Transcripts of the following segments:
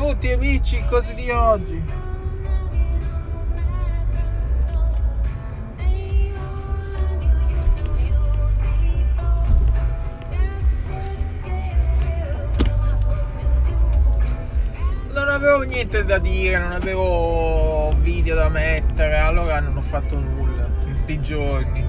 tutti amici, cose di oggi. Non avevo niente da dire, non avevo video da mettere, allora non ho fatto nulla in sti giorni.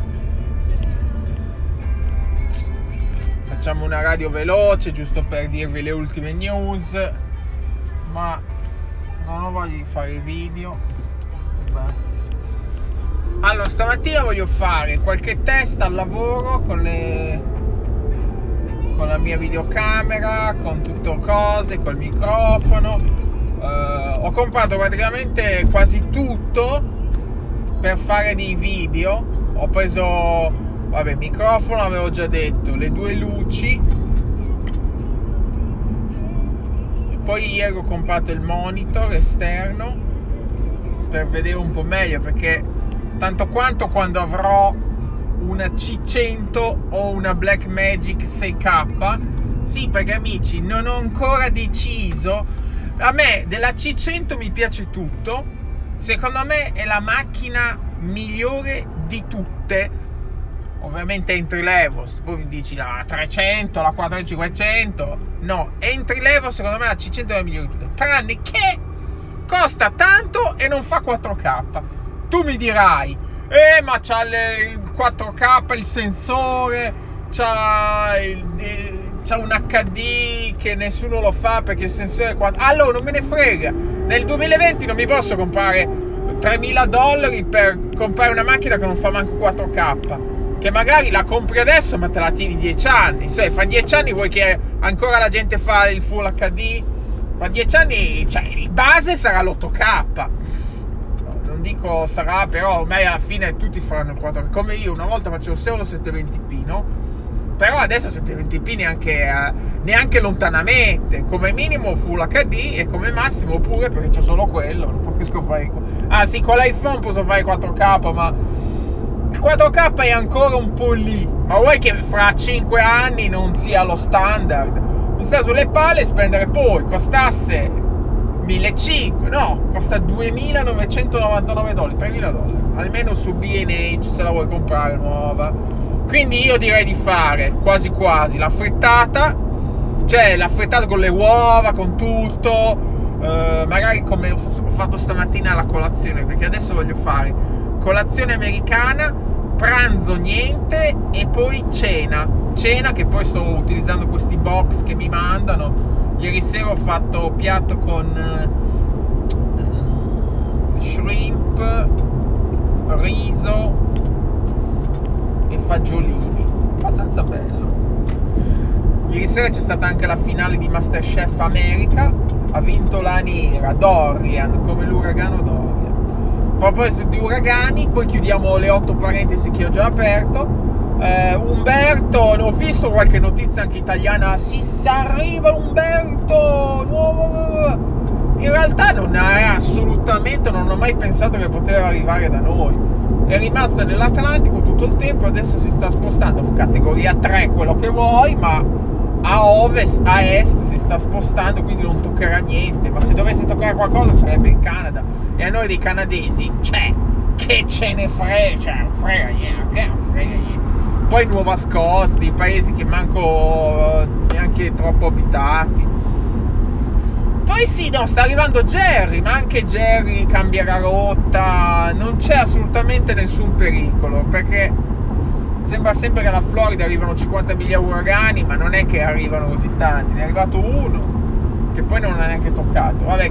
Facciamo una radio veloce giusto per dirvi le ultime news, ma non ho voglia di fare video. Basta. Allora, stamattina voglio fare qualche test al lavoro con la mia videocamera, con tutte cose, col microfono. Ho comprato praticamente quasi tutto per fare dei video. Ho preso, microfono avevo già detto, le 2 luci, poi ieri ho comprato il monitor esterno per vedere un po' meglio, perché tanto quanto quando avrò una C100 o una Blackmagic 6K. Sì, perché amici, non ho ancora deciso. A me della C100 mi piace tutto, secondo me è la macchina migliore di tutte. Ovviamente entry level, poi mi dici la 300, la 4500, no, entry level secondo me la C100 è la migliore di tutte, tranne che costa tanto e non fa 4K. Tu mi dirai, ma c'ha il 4K, il sensore, c'ha un HD che nessuno lo fa perché il sensore è 4. Allora non me ne frega, nel 2020 non mi posso comprare $3.000 per comprare una macchina che non fa manco 4K, che magari la compri adesso ma te la tieni 10 anni. Se fra 10 anni vuoi che ancora la gente fa il Full HD, fra 10 anni, cioè il base sarà l'8K. Non dico sarà, però ormai alla fine tutti faranno il 4K, come io una volta facevo solo 720p, no? Però adesso 720p neanche lontanamente, come minimo Full HD e come massimo pure, perché c'ho solo quello, non riesco a fare. Ah sì, con l'iPhone posso fare 4K, ma il 4K è ancora un po' lì. Ma vuoi che fra 5 anni non sia lo standard? Mi sta sulle palle spendere, poi costasse $1.500, no, costa $2.999, $3.000, almeno su B&H se la vuoi comprare nuova. Quindi io direi di fare quasi quasi la frittata, cioè la frittata con le uova, con tutto, magari come ho fatto stamattina alla colazione, perché adesso voglio fare colazione americana, pranzo niente e poi cena che poi sto utilizzando questi box che mi mandano. Ieri sera ho fatto piatto con shrimp, riso e fagiolini, abbastanza bello. Ieri sera c'è stata anche la finale di MasterChef America, ha vinto la nera Dorian, come l'uragano Dorian. A proposito di uragani, poi chiudiamo le 8 parentesi che ho già aperto. Umberto, ho visto qualche notizia anche italiana, si arriva Umberto nuovo. In realtà non è assolutamente, non ho mai pensato che poteva arrivare da noi. È rimasto nell'Atlantico tutto il tempo, adesso si sta spostando, categoria 3 quello che vuoi, ma a ovest, a est si sta spostando, quindi non toccherà niente. Ma se dovesse toccare qualcosa sarebbe il Canada, e a noi dei canadesi, che ce ne frega, frega niente. Poi Nuova Scotia, dei paesi che manco neanche troppo abitati. Poi sì, no, sta arrivando Jerry, ma anche Jerry cambierà rotta, non c'è assolutamente nessun pericolo, perché sembra sempre che alla Florida arrivano 50.000 uragani, ma non è che arrivano così tanti, ne è arrivato uno, che poi non ha neanche toccato. Vabbè,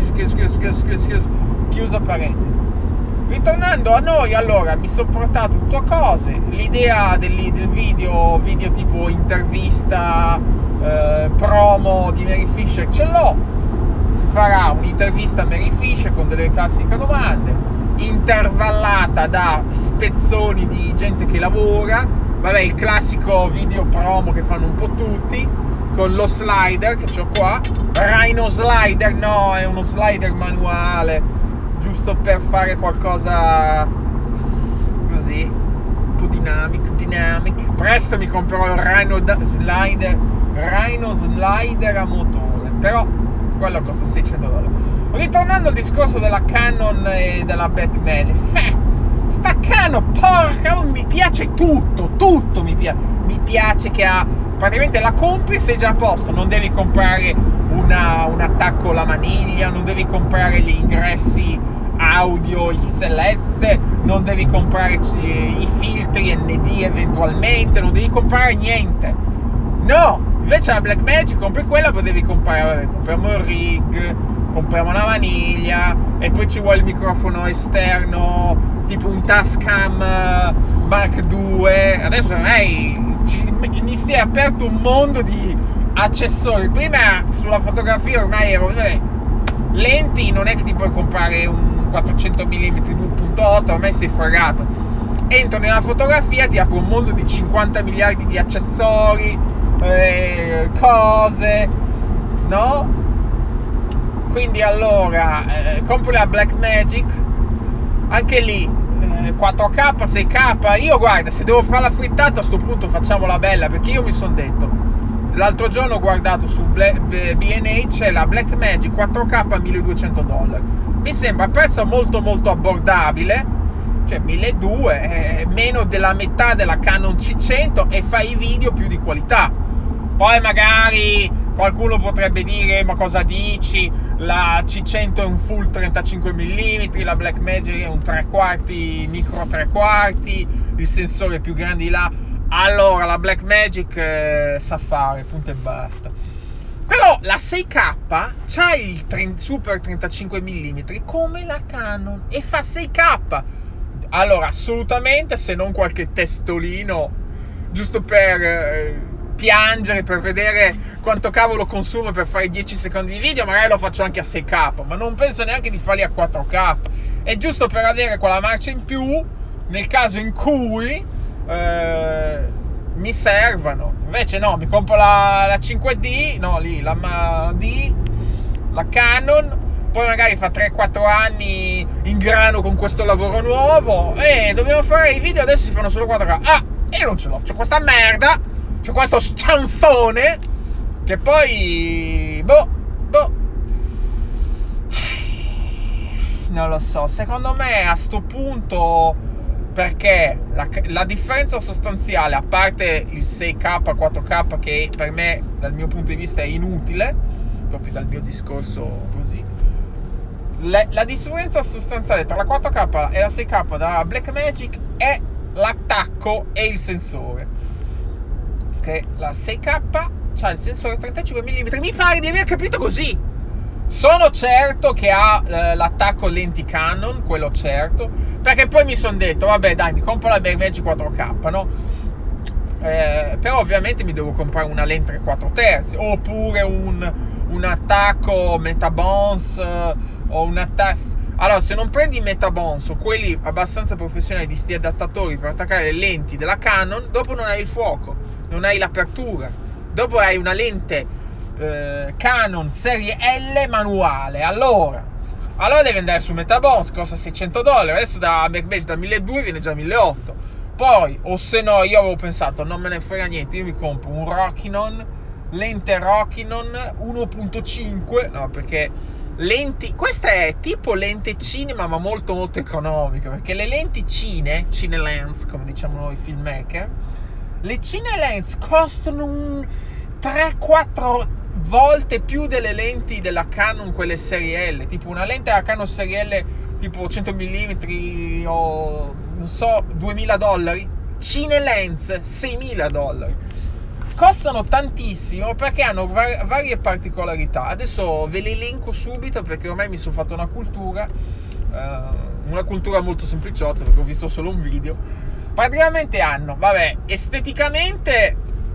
chiusa parentesi. Ritornando a noi, allora, mi sono portato due cose, l'idea del video tipo intervista, promo di Mary Fisher ce l'ho. Si farà un'intervista a Mary Fisher con delle classiche domande, intervallata da spezzoni di gente che lavora. Vabbè, il classico video promo che fanno un po' tutti, con lo slider che ho qua. Rhino slider, no, è uno slider manuale, giusto per fare qualcosa così, un po' dynamic. Presto mi comprerò il Rhino slider a motore, però quello costa $600. Ritornando al discorso della Canon e della Blackmagic, sta Canon, porca, mi piace tutto mi piace che ha, praticamente la compri e sei già a posto, non devi comprare un attacco alla maniglia, non devi comprare gli ingressi audio XLS, non devi comprare i filtri ND eventualmente, non devi comprare niente. No, invece la Blackmagic compri quella, poi devi comprare, compriamo il rig, compriamo una maniglia e poi ci vuole il microfono esterno tipo un Tascam Mark II. Adesso mi si è aperto un mondo di accessori. Prima sulla fotografia ormai ero lenti, non è che ti puoi comprare un 400 mm 2.8, ormai sei fregato. Entro nella fotografia, ti apre un mondo di 50 miliardi di accessori, cose, no? Quindi allora compri la Blackmagic, anche lì 4K, 6K. Io guarda, se devo fare la frittata a sto punto facciamola bella, perché io mi sono detto, l'altro giorno ho guardato su B&H la Blackmagic 4K a $1.200, mi sembra un prezzo molto molto abbordabile, cioè 1.200, meno della metà della Canon C100 e fai i video più di qualità. Poi magari qualcuno potrebbe dire, ma cosa dici, la C100 è un full 35 mm, la Blackmagic è un 3/4 micro 3/4, il sensore è più grande di là. Allora la Blackmagic sa fare, punto e basta. Però la 6K c'ha il super 35 mm come la Canon e fa 6K. Allora assolutamente, se non qualche testolino giusto per piangere, per vedere quanto cavolo consumo per fare 10 secondi di video, magari lo faccio anche a 6K, ma non penso neanche di farli a 4K. È giusto per avere quella marcia in più nel caso in cui mi servano. Invece no, mi compro la 5D, no, lì la D, la Canon, poi magari fa 3-4 anni in grano con questo lavoro nuovo e dobbiamo fare i video, adesso si fanno solo 4K. Ah, io non ce l'ho, c'ho questa merda, c'ho questo scianfone che poi non lo so, secondo me a sto punto, perché la differenza sostanziale, a parte il 6K 4K che per me dal mio punto di vista è inutile, proprio dal mio discorso così, la differenza sostanziale tra la 4K e la 6K della Blackmagic è l'attacco e il sensore. Che la 6K c'ha il sensore 35 mm, mi pare di aver capito così. Sono certo che ha l'attacco lenti Canon, quello certo, perché poi mi sono detto, vabbè dai, mi compro la Blackmagic 4K, no? Però ovviamente mi devo comprare una lente 3/4 oppure un attacco Metabons o un attacco. Allora, se non prendi Metabons o quelli abbastanza professionali di sti adattatori per attaccare le lenti della Canon, dopo non hai il fuoco, non hai l'apertura, dopo hai una lente Canon serie L manuale. Allora devi andare su Metabons, costa $600. Adesso da Blackmagic da 1.200 viene già 1.800. Poi, o se no, io avevo pensato, non me ne frega niente, io mi compro un Rokinon, lente Rokinon 1.5, no, perché lenti, questa è tipo lente cinema ma molto molto economica, perché le lenti cine lens, come diciamo noi filmmaker, le cine lens costano un 3-4 volte più delle lenti della Canon, quelle serie L. Tipo una lente della Canon serie L tipo 100 mm o non so, $2.000, cine lens $6.000. Costano tantissimo perché hanno varie particolarità. Adesso ve le elenco subito perché ormai mi sono fatto una cultura molto sempliciotta, perché ho visto solo un video. Praticamente hanno, vabbè, esteticamente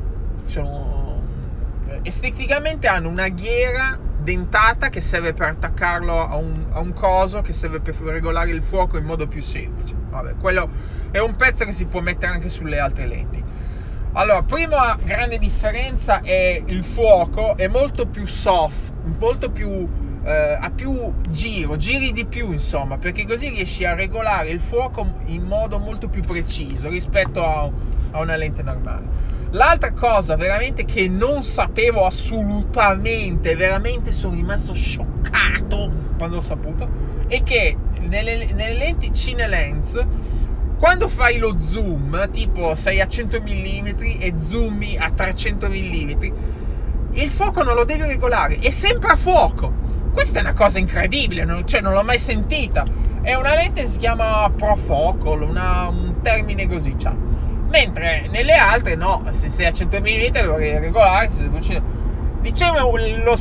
hanno una ghiera dentata che serve per attaccarlo a un coso, che serve per regolare il fuoco in modo più semplice. Vabbè, quello è un pezzo che si può mettere anche sulle altre lenti. Allora, prima grande differenza è il fuoco, è molto più soft, molto più ha più giri di più, insomma, perché così riesci a regolare il fuoco in modo molto più preciso rispetto a una lente normale. L'altra cosa veramente che non sapevo assolutamente, veramente sono rimasto scioccato quando ho saputo, è che nelle lenti CineLens, quando fai lo zoom, tipo sei a 100 mm e zoomi a 300 mm, il fuoco non lo devi regolare, è sempre a fuoco. Questa è una cosa incredibile, non l'ho mai sentita. È una lente che si chiama Profocal, un termine così c'ha. Mentre nelle altre no, se sei a 100 mm lo devi regolare. Diciamo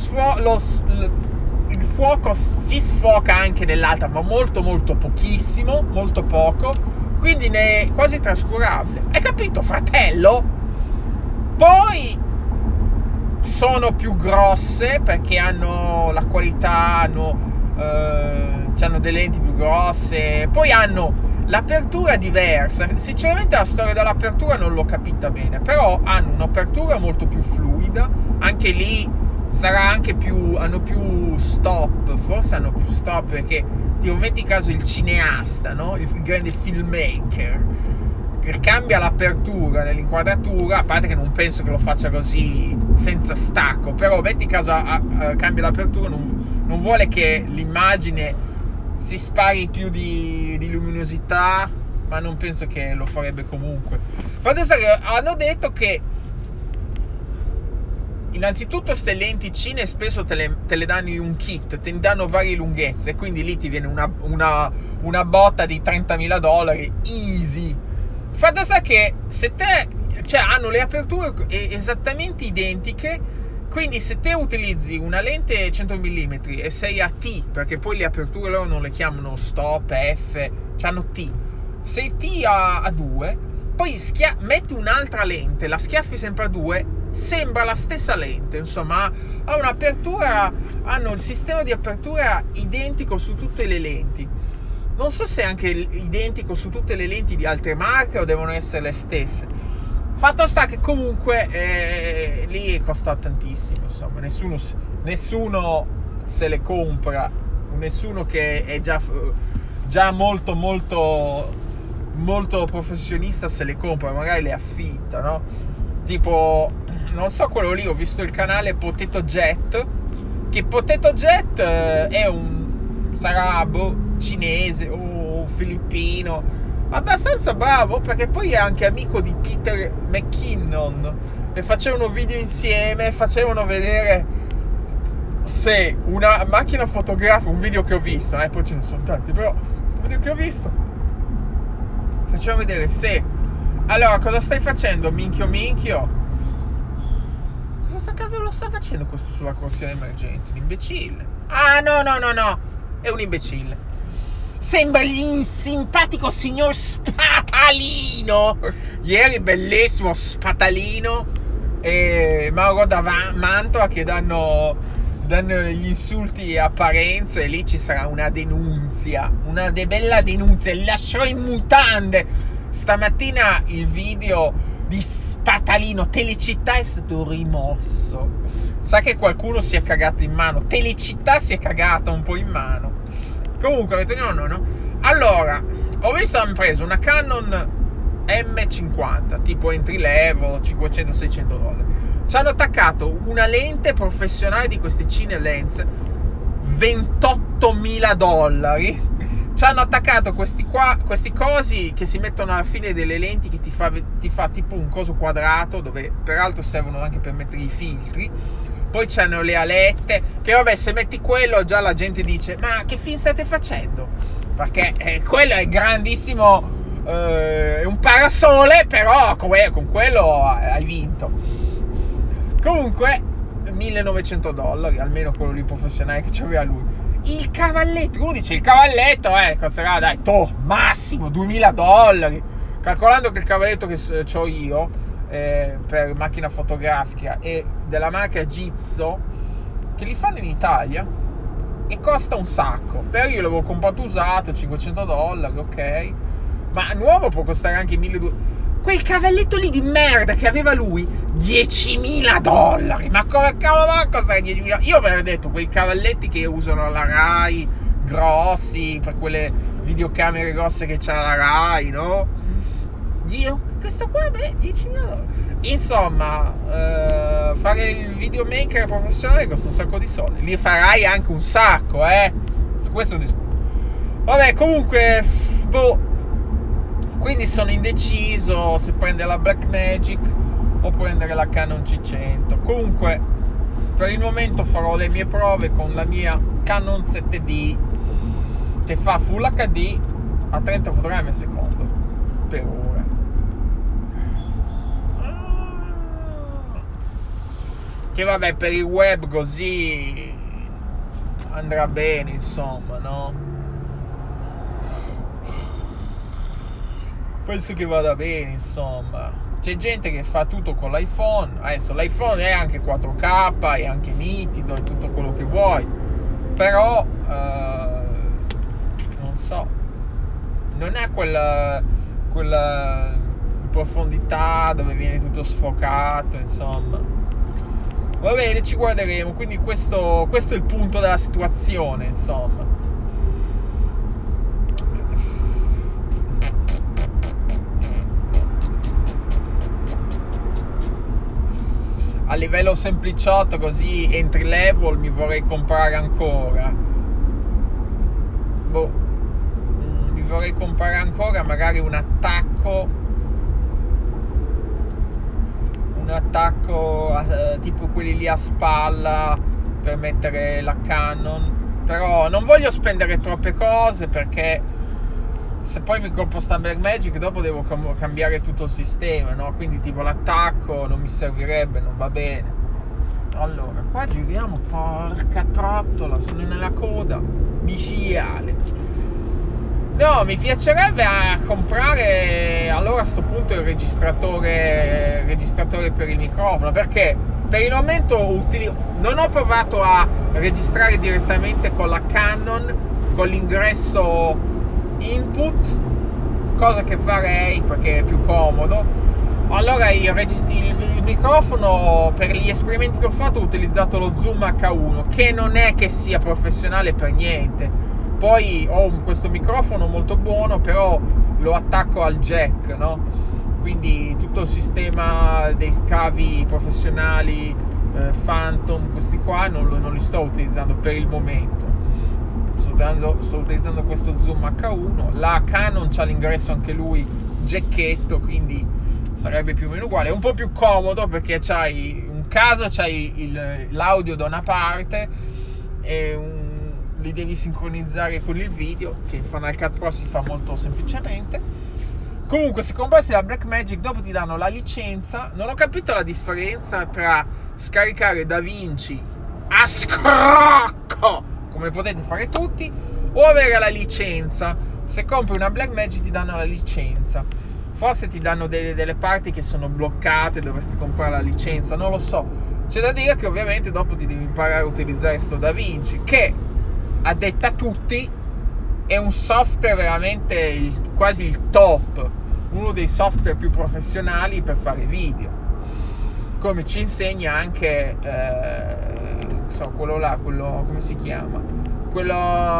il fuoco si sfoca anche nell'altra, ma molto molto pochissimo, molto poco, quindi ne è quasi trascurabile. Hai capito, fratello? Poi sono più grosse perché hanno la qualità, hanno delle lenti più grosse, poi hanno l'apertura diversa. Sinceramente la storia dell'apertura non l'ho capita bene, però hanno un'apertura molto più fluida, anche lì sarà anche hanno più stop, forse hanno più stop perché ti metti in caso il cineasta, no? Il grande filmmaker cambia l'apertura nell'inquadratura, a parte che non penso che lo faccia così senza stacco, però metti in caso cambia l'apertura, non vuole che l'immagine si spari più di luminosità, ma non penso che lo farebbe comunque. Fatto sta che hanno detto che innanzitutto ste lenti cine spesso te le danno in un kit, te ne danno varie lunghezze, quindi lì ti viene una botta di $30.000 easy. Fatto sta che se te, hanno le aperture esattamente identiche, quindi se te utilizzi una lente 100 mm e sei a T, perché poi le aperture loro non le chiamano stop, F, hanno T, sei T a 2, poi metti un'altra lente, la schiaffi sempre a 2, sembra la stessa lente, insomma ha un'apertura, hanno il sistema di apertura identico su tutte le lenti. Non so se è anche identico su tutte le lenti di altre marche o devono essere le stesse. Fatto sta che comunque lì costa tantissimo, insomma, nessuno se le compra, nessuno che è già molto molto molto professionista se le compra, magari le affitta, no? Tipo, non so, quello lì, ho visto il canale Potato Jet, che Potato Jet sarà cinese o filippino, abbastanza bravo, perché poi è anche amico di Peter McKinnon e facevano video insieme, facevano vedere se una macchina fotografica, un video che ho visto, poi ce ne sono tanti, però un video che ho visto facevano vedere se, allora, cosa stai facendo, minchio? Cosa cavolo sta facendo questo sulla corsia d'emergenza? Un imbecille. Ah, no, è un imbecille. Sembra il simpatico signor Spatalino. Ieri bellissimo Spatalino e Mauro Mantova che danno gli insulti a Parenzo, e lì ci sarà una denunzia, una bella denunzia. Li lascerò in mutande. Stamattina il video di Spatalino, Telecittà, è stato rimosso. Sa che qualcuno si è cagato in mano. Telecittà si è cagata un po' in mano. Comunque, ritorniamo, no? Allora, ho visto, hanno preso una Canon M50, tipo entry level, $500-600. Ci hanno attaccato una lente professionale di queste CineLens, $28.000. Ci hanno attaccato questi cosi che si mettono alla fine delle lenti, che ti fa tipo un coso quadrato, dove peraltro servono anche per mettere i filtri. Poi c'hanno le alette, che vabbè, se metti quello già la gente dice: ma che film state facendo? Perché quello è grandissimo, è un parasole, però con quello hai vinto. Comunque $1.900, almeno quello lì professionale che c'aveva lui. Il cavalletto, uno dice il cavalletto, costerà, dai, massimo $2.000, calcolando che il cavalletto che ho io per macchina fotografica è della marca Gizzo, che li fanno in Italia e costa un sacco. Però io l'avevo comprato usato, $500, ok, ma nuovo può costare anche $1.200. Quel cavalletto lì di merda che aveva lui, $10.000. Ma come cavolo va a costare $10.000? Io avrei detto quei cavalletti che usano la Rai, grossi, per quelle videocamere grosse che c'ha la Rai, no? questo qua, beh, $10.000. Insomma, fare il videomaker professionale costa un sacco di soldi. Li farai anche un sacco, su questo discorso. Vabbè, comunque, quindi sono indeciso se prendere la Blackmagic o prendere la Canon C100. Comunque, per il momento farò le mie prove con la mia Canon 7D, che fa Full HD a 30 fotogrammi al secondo per ora. Che vabbè, per il web così andrà bene, insomma, no? Penso che vada bene, insomma. C'è gente che fa tutto con l'iPhone. Adesso l'iPhone è anche 4K, è anche nitido, è tutto quello che vuoi. Però non so, non è quella profondità dove viene tutto sfocato, insomma. Va bene, ci guarderemo. Quindi questo è il punto della situazione, insomma. A livello sempliciotto, così entry level, mi vorrei comprare ancora. Mi vorrei comprare ancora magari un attacco tipo quelli lì a spalla per mettere la Canon. Però non voglio spendere troppe cose, perché se poi mi compro sta Blackmagic dopo devo cambiare tutto il sistema, no? Quindi tipo l'attacco non mi servirebbe, non va bene. Allora, qua giriamo, porca trottola, sono nella coda micidiale. No, mi piacerebbe comprare allora a sto punto il registratore per il microfono, perché per il momento non ho provato a registrare direttamente con la Canon, con l'ingresso input, cosa che farei perché è più comodo. Allora il microfono, per gli esperimenti che ho fatto, ho utilizzato lo Zoom H1, che non è che sia professionale per niente. Poi ho questo microfono molto buono, però lo attacco al jack, no? Quindi tutto il sistema dei cavi professionali Phantom, questi qua non li sto utilizzando per il momento. Sto utilizzando questo Zoom H1. La Canon c'ha l'ingresso anche lui jacketto, quindi sarebbe più o meno uguale. È un po' più comodo perché c'hai l'audio da una parte e li devi sincronizzare con il video, che in Final Cut Pro si fa molto semplicemente. Comunque, se comprassi la Blackmagic, dopo ti danno la licenza. Non ho capito la differenza tra scaricare DaVinci a scrocco, come potete fare tutti, o avere la licenza. Se compri una Blackmagic ti danno la licenza. Forse ti danno delle parti che sono bloccate, dovresti comprare la licenza, non lo so. C'è da dire che ovviamente dopo ti devi imparare a utilizzare sto DaVinci, che a detta tutti è un software veramente quasi il top, uno dei software più professionali per fare video, come ci insegna anche quello là, come si chiama? Quello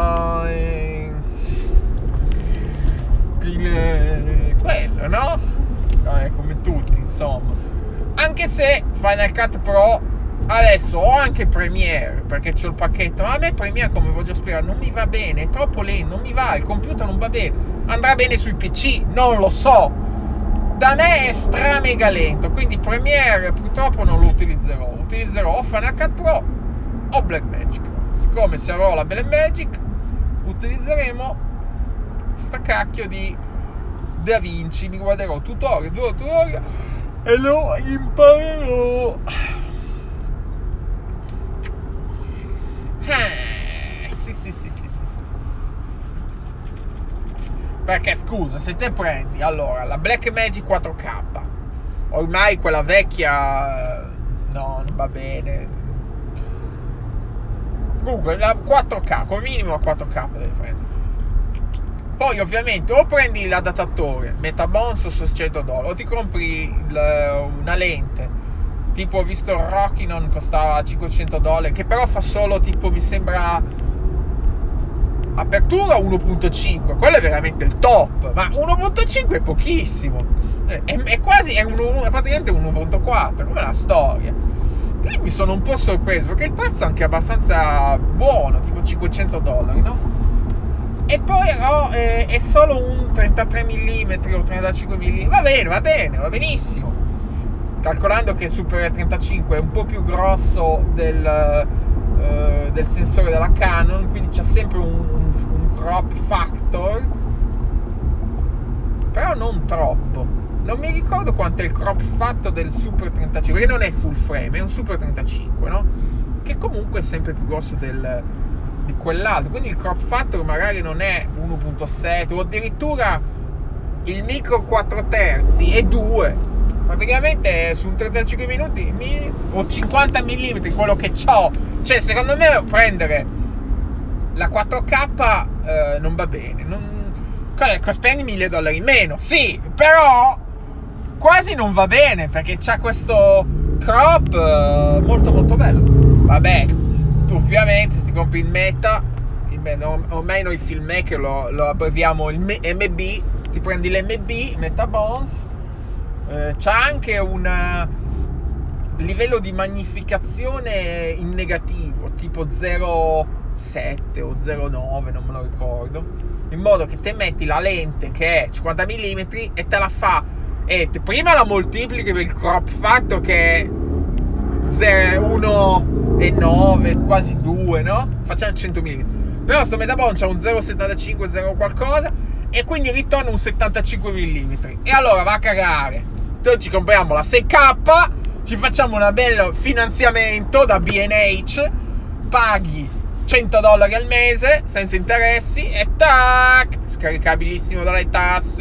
no? Come tutti, insomma. Anche se Final Cut Pro adesso ho anche Premiere, perché c'ho il pacchetto, ma a me Premiere, come voglio spiegare, non mi va bene, è troppo lento, non mi va, il computer non va bene. Andrà bene sui PC? Non lo so. Da me è stra mega lento, quindi Premiere purtroppo non lo utilizzerò. Utilizzerò o Final Cut Pro o Blackmagic. Siccome se avrò la Blackmagic, utilizzeremo sta cacchio di DaVinci. Mi guarderò tutorial e lo imparerò. Sì. Perché scusa, se te prendi allora la Blackmagic 4K, ormai quella vecchia no, non va bene. Comunque la 4K, come minimo la 4K devi prendere. Poi ovviamente o prendi l'adattatore Metabons $600, o ti compri una lente. Tipo, ho visto il Rockinon costava $500, che però fa solo tipo, mi sembra apertura 1.5, quello è veramente il top, ma 1.5 è pochissimo, è praticamente 1.4, come la storia. Quindi mi sono un po' sorpreso, perché il prezzo è anche abbastanza buono, tipo $500, no? E poi è solo un 33 mm o 35 mm, va bene, va benissimo, calcolando che il Super 35 è un po' più grosso del sensore della Canon, quindi c'è sempre un crop factor, però non troppo. Non mi ricordo quanto è il crop factor del Super 35, perché non è full frame, è un Super 35, no? Che comunque è sempre più grosso di quell'altro, quindi il crop factor magari non è 1.7 o addirittura il micro 4 terzi è 2, praticamente su un 35 minuti o 50 mm quello che c'ho. Cioè, secondo me prendere la 4K non va bene, spendi $1.000 in meno, sì, però quasi non va bene, perché c'ha questo crop molto molto bello. Vabbè, tu ovviamente se ti compri il Meta, ormai noi filmmaker lo abbreviamo il MB, ti prendi l'MB, Meta Bones, c'ha anche un livello di magnificazione in negativo, tipo 0.7 o 0.9, non me lo ricordo, in modo che te metti la lente che è 50 mm e te la fa, e prima la moltiplichi per il crop factor che è 1,9, quasi 2, no? Facciamo 100 mm. Però sto Metabon c'ha un 0,75, 0 qualcosa, e quindi ritorna un 75 mm. E allora va a cagare. Noi ci compriamo la 6K, ci facciamo un bel finanziamento da B&H, paghi $100 al mese senza interessi e tac, scaricabilissimo dalle tasse.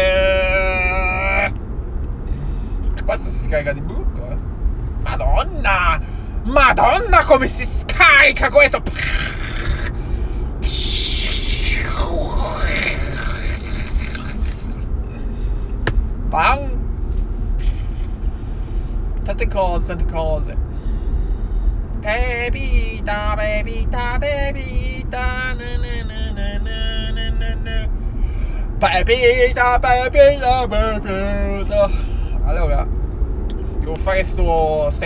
E questo si scarica di brutto, eh. Madonna come si scarica questo. Bam. Tante cose. Bebita, bebita, bebita, bebita, bebita, bebita. Allora, devo fare questa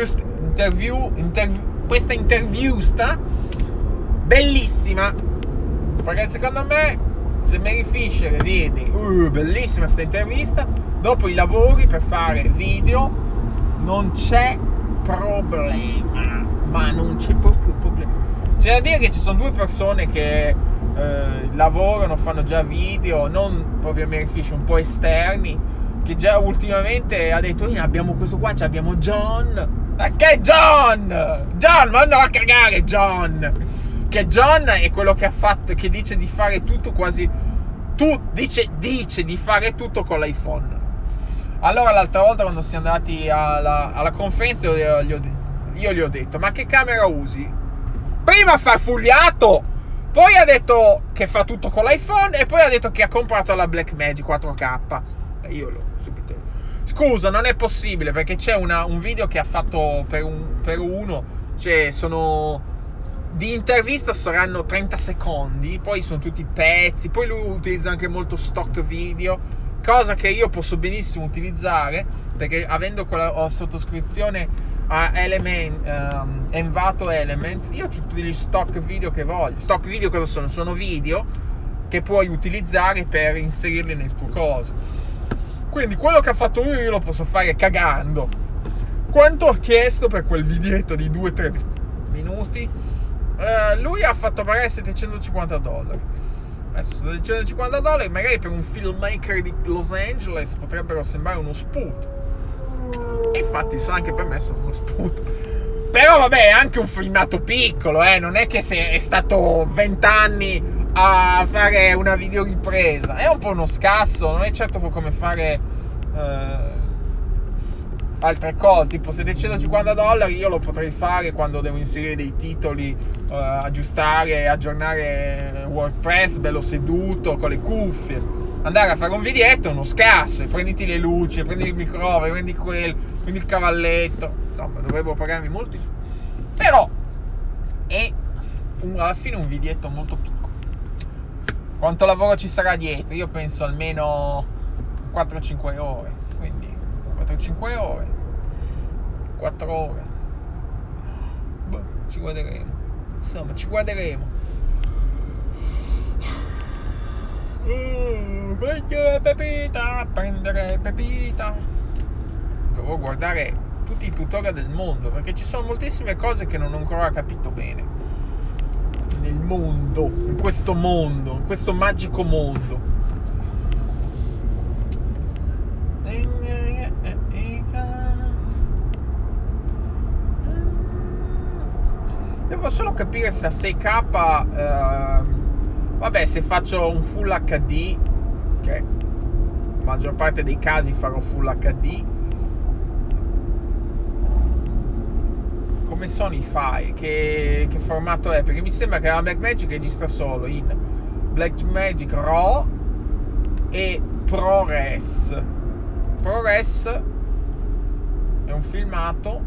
intervista bellissima, perché secondo me se Mary Fisher vedi bellissima sta intervista, dopo i lavori per fare video non c'è problema, ma non c'è proprio problema. C'è da dire che ci sono due persone che lavorano, fanno già video, non proprio Mary Fisher, un po' esterni, che già ultimamente ha detto abbiamo questo qua, abbiamo John. Ma che John, mandalo a cagare John. Che John è quello che ha fatto, che dice di fare tutto quasi, dice di fare tutto con l'iPhone. Allora l'altra volta quando siamo andati alla conferenza io gli ho detto: ma che camera usi? Prima fa il fogliato, poi ha detto che fa tutto con l'iPhone, e poi ha detto che ha comprato la Blackmagic 4K. E io l'ho subito: scusa, non è possibile, perché c'è un video che ha fatto per uno, cioè sono di intervista, saranno 30 secondi, poi sono tutti pezzi, poi lui utilizza anche molto stock video, cosa che io posso benissimo utilizzare, perché avendo quella sottoscrizione a Envato Elements, io ho tutti gli stock video che voglio. Stock video cosa sono? Sono video che puoi utilizzare per inserirli nel tuo coso. Quindi quello che ha fatto lui io lo posso fare cagando. Quanto ho chiesto per quel videetto di 2-3 minuti? Lui ha fatto pagare $750. Adesso $750 magari per un filmmaker di Los Angeles potrebbero sembrare uno sputo, e infatti anche per me sono uno sputo. Però vabbè, è anche un filmato piccolo, non è che se è stato 20 anni a fare una videoripresa, è un po' uno scasso, non è certo come fare altre cose, tipo $750 io lo potrei fare quando devo inserire dei titoli, aggiustare, aggiornare WordPress bello seduto con le cuffie. Andare a fare un videetto è uno scasso, e prenditi le luci, prendi il microfono, prendi quello, prendi il cavalletto, insomma dovrebbero pagarmi molti, però è alla fine un videetto molto piccolo. quanto lavoro ci sarà dietro? Io penso almeno 4-5 ore, quindi 4-5 ore, 4 ore, ci guarderemo, insomma ci guarderemo. Prendere Pepita. Devo guardare tutti i tutorial del mondo, perché ci sono moltissime cose che non ho ancora capito bene nel mondo, in questo magico mondo. Devo solo capire sta 6K. Vabbè, se faccio un full HD, che la maggior parte dei casi farò full HD, come sono i file, che formato è? Perché mi sembra che la Blackmagic registra solo in Blackmagic RAW e ProRes. ProRes è un filmato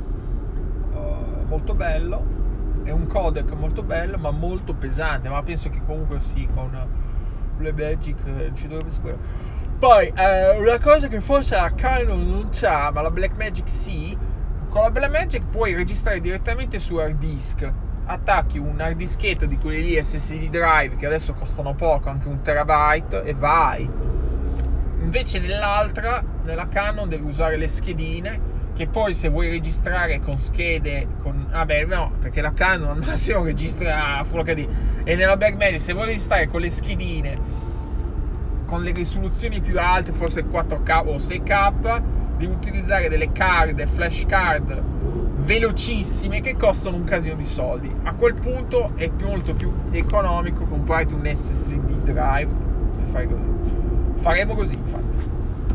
molto bello, è un codec molto bello ma molto pesante, ma penso che comunque sì, con Blackmagic ci dovrebbe sapere. Poi una cosa che forse la Canon non c'ha, ma la Blackmagic sì, con la Blackmagic puoi registrare direttamente su hard disk. Attacchi un hard dischetto di quelli lì SSD drive che adesso costano poco, anche 1 terabyte, e vai. Invece nella Canon devi usare le schedine, che poi se vuoi registrare con schede perché la Canon al massimo registra Full HD, e nella Blackmagic se vuoi registrare con le schedine con le risoluzioni più alte, forse 4K o 6K, devi utilizzare delle flash card velocissime che costano un casino di soldi. A quel punto è molto più economico comprarti un SSD drive e fai così. Faremo così, infatti.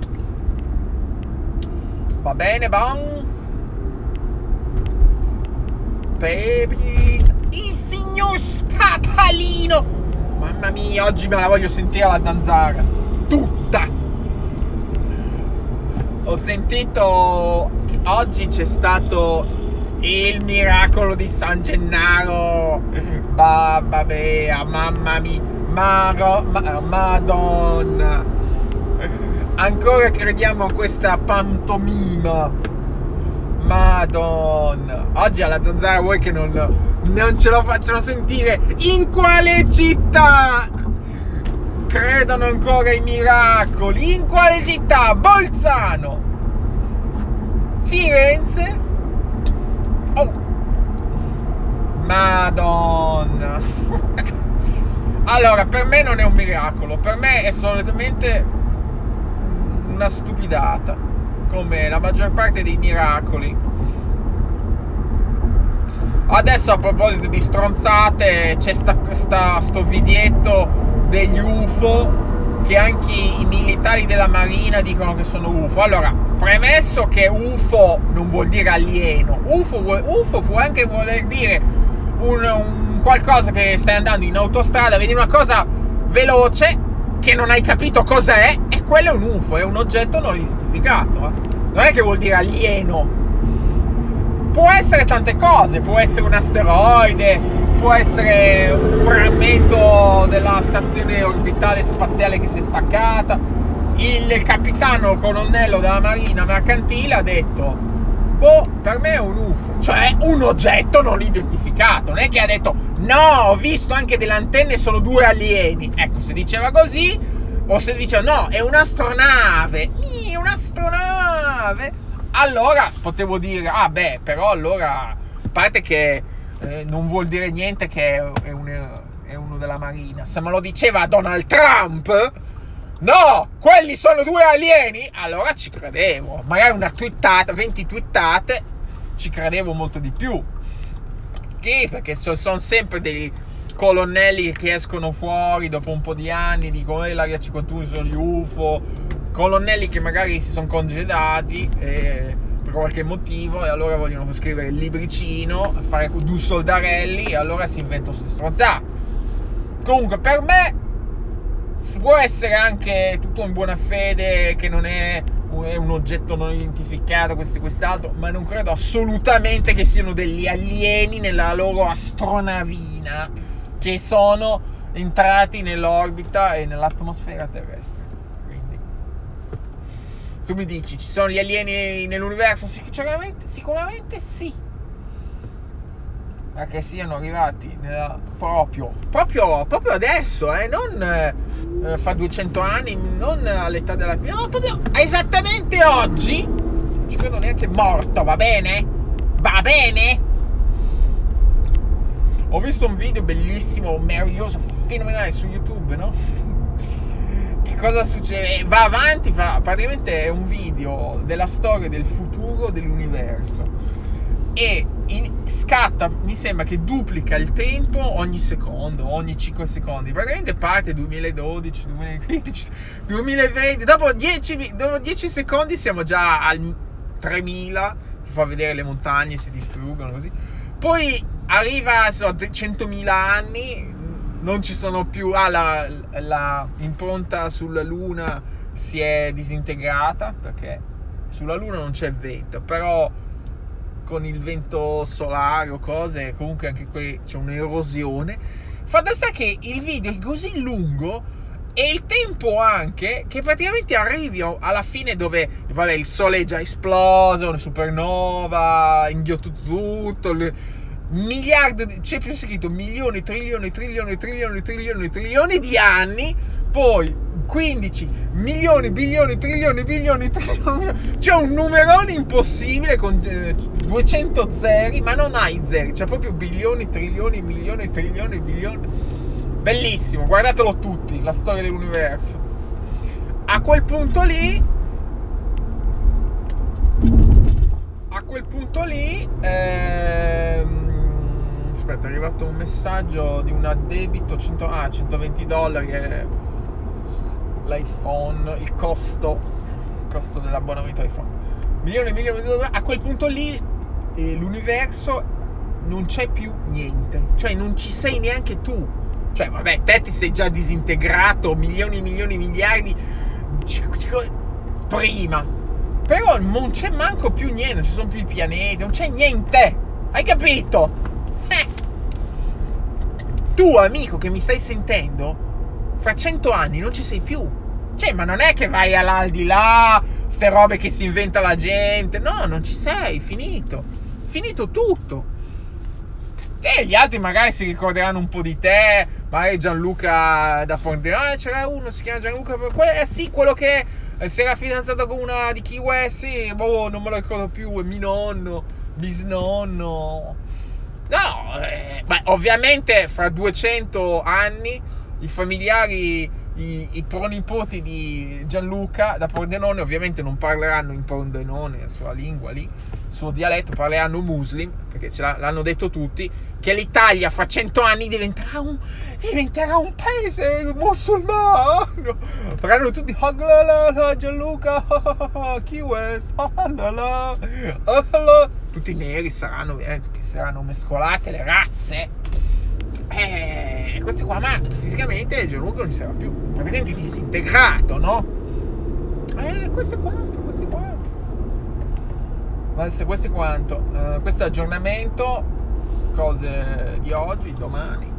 Va bene, Baby, il signor Spatalino. Mamma mia, oggi me la voglio sentire la zanzara tutta. Ho sentito oggi c'è stato il miracolo di San Gennaro. Mamma mia, Madonna. Ancora crediamo a questa pantomima. Madonna. Oggi alla zanzara vuoi che non ce lo facciano sentire? In quale città credono ancora ai miracoli? In quale città? Bolzano, Firenze. Oh, Madonna. Allora, per me non è un miracolo, per me è solamente una stupidata, come la maggior parte dei miracoli. Adesso, a proposito di stronzate, c'è sto videetto degli UFO, che anche i militari della Marina dicono che sono UFO. Allora, premesso che UFO non vuol dire alieno, UFO può anche voler dire un qualcosa che stai andando in autostrada, vedi una cosa veloce che non hai capito cos'è, e quello è un UFO, è un oggetto non identificato. Non è che vuol dire alieno. Può essere tante cose, può essere un asteroide, può essere un frammento della stazione orbitale spaziale che si è staccata. Il capitano colonnello della Marina mercantile ha detto: per me è un UFO, cioè un oggetto non identificato. Non è che ha detto: no, ho visto anche delle antenne, sono 2 alieni. Ecco, se diceva così, o se diceva no, è un'astronave, allora potevo dire: però allora, a parte che non vuol dire niente che è uno della Marina. Se me lo diceva Donald Trump, no, quelli sono 2 alieni, allora ci credevo. Magari una tweetata, 20 tweetate, ci credevo molto di più. Sì, perché sono sempre dei colonnelli che escono fuori dopo un po' di anni, dicono: l'Area 51 sono gli UFO. Colonnelli che magari si sono congedati per qualche motivo, e allora vogliono scrivere il libricino, fare 2 soldarelli, e allora si inventano queste stronzate. Comunque, per me può essere anche tutto in buona fede, che non è un oggetto non identificato, questo e quest'altro, ma non credo assolutamente che siano degli alieni nella loro astronavina, che sono entrati nell'orbita e nell'atmosfera terrestre. Quindi tu mi dici, ci sono gli alieni nell'universo? Sicuramente sì, perché siano arrivati proprio adesso, non fa 200 anni, non all'età della no, proprio esattamente oggi. Non ci credo neanche morto, va bene? Ho visto un video bellissimo, meraviglioso, fenomenale su YouTube, no? Che cosa succede? Va avanti, praticamente è un video della storia del futuro dell'universo e scatta, mi sembra che duplica il tempo ogni secondo, ogni 5 secondi. Praticamente parte 2012, 2015, 2020, dopo 10 secondi siamo già al 3000, ti fa vedere le montagne si distruggono così. Poi arriva a 100.000 anni, non ci sono più, la impronta sulla Luna si è disintegrata, perché sulla Luna non c'è vento, però con il vento solare o cose, comunque anche qui c'è un'erosione. Fatto sta che il video è così lungo e il tempo anche che praticamente arrivi alla fine dove il sole è già esploso, una supernova, inghiotto tutto, miliardi, c'è più scritto milioni, trilioni di anni, poi 15 milioni, bilioni, trilioni, c'è un numerone impossibile con 200 zeri, ma non hai zeri, c'è proprio bilioni, trilioni, milioni, trilioni, bilioni. Bellissimo, guardatelo tutti, la storia dell'universo. A quel punto lì aspetta, è arrivato un messaggio di un addebito, $120 l'iPhone, il costo dell'abbonamento iPhone, milioni di dollari. A quel punto lì l'universo non c'è più niente, cioè non ci sei neanche tu. Cioè, vabbè, te ti sei già disintegrato milioni, miliardi prima. Però non c'è manco più niente, non ci sono più i pianeti, non c'è niente. Hai capito? Tu, amico, che mi stai sentendo, fra 100 anni non ci sei più. Cioè, ma non è che vai all'aldilà, ste robe che si inventa la gente. No, non ci sei, finito. Finito tutto. E gli altri magari si ricorderanno un po' di te, magari Gianluca da Pordenone, c'era uno, si chiama Gianluca, sì, quello che si era fidanzato con una di Key West, sì, non me lo ricordo più, è mio nonno, bisnonno. No, beh, ovviamente fra 200 anni i familiari, i pronipoti di Gianluca da Pordenone ovviamente non parleranno in Pordenone, la sua lingua lì, il suo dialetto, parleranno muslim, perché l'hanno detto tutti, che l'Italia fra 100 anni diventerà un paese musulmano. Parleranno tutti Gianluca, Key West, tutti neri saranno, ovviamente, che saranno mescolate le razze. Questi qua, ma fisicamente Gianluca non ci sarà più, praticamente disintegrato, no? Questo è quanto. Questo è aggiornamento, cose di oggi, domani.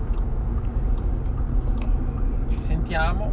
Ci sentiamo.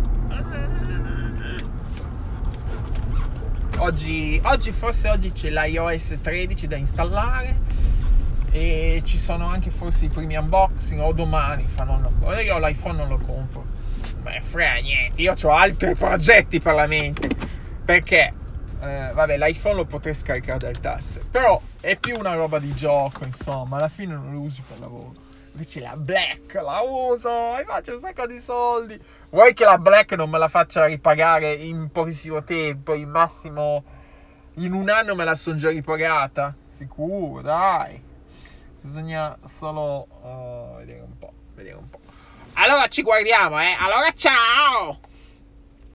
Oggi c'è l'iOS 13 da installare. E ci sono anche forse i primi unboxing, o domani io l'iPhone non lo compro, ma frega niente, io ho altri progetti per la mente, perché l'iPhone lo potrei scaricare dal tasse, però è più una roba di gioco, insomma, alla fine non lo usi per lavoro. Invece la Black la uso e faccio un sacco di soldi. Vuoi che la Black non me la faccia ripagare in pochissimo tempo, in massimo in un anno me la sono già ripagata? Sicuro, dai. Bisogna solo vedere un po'. Allora ci guardiamo, allora ciao!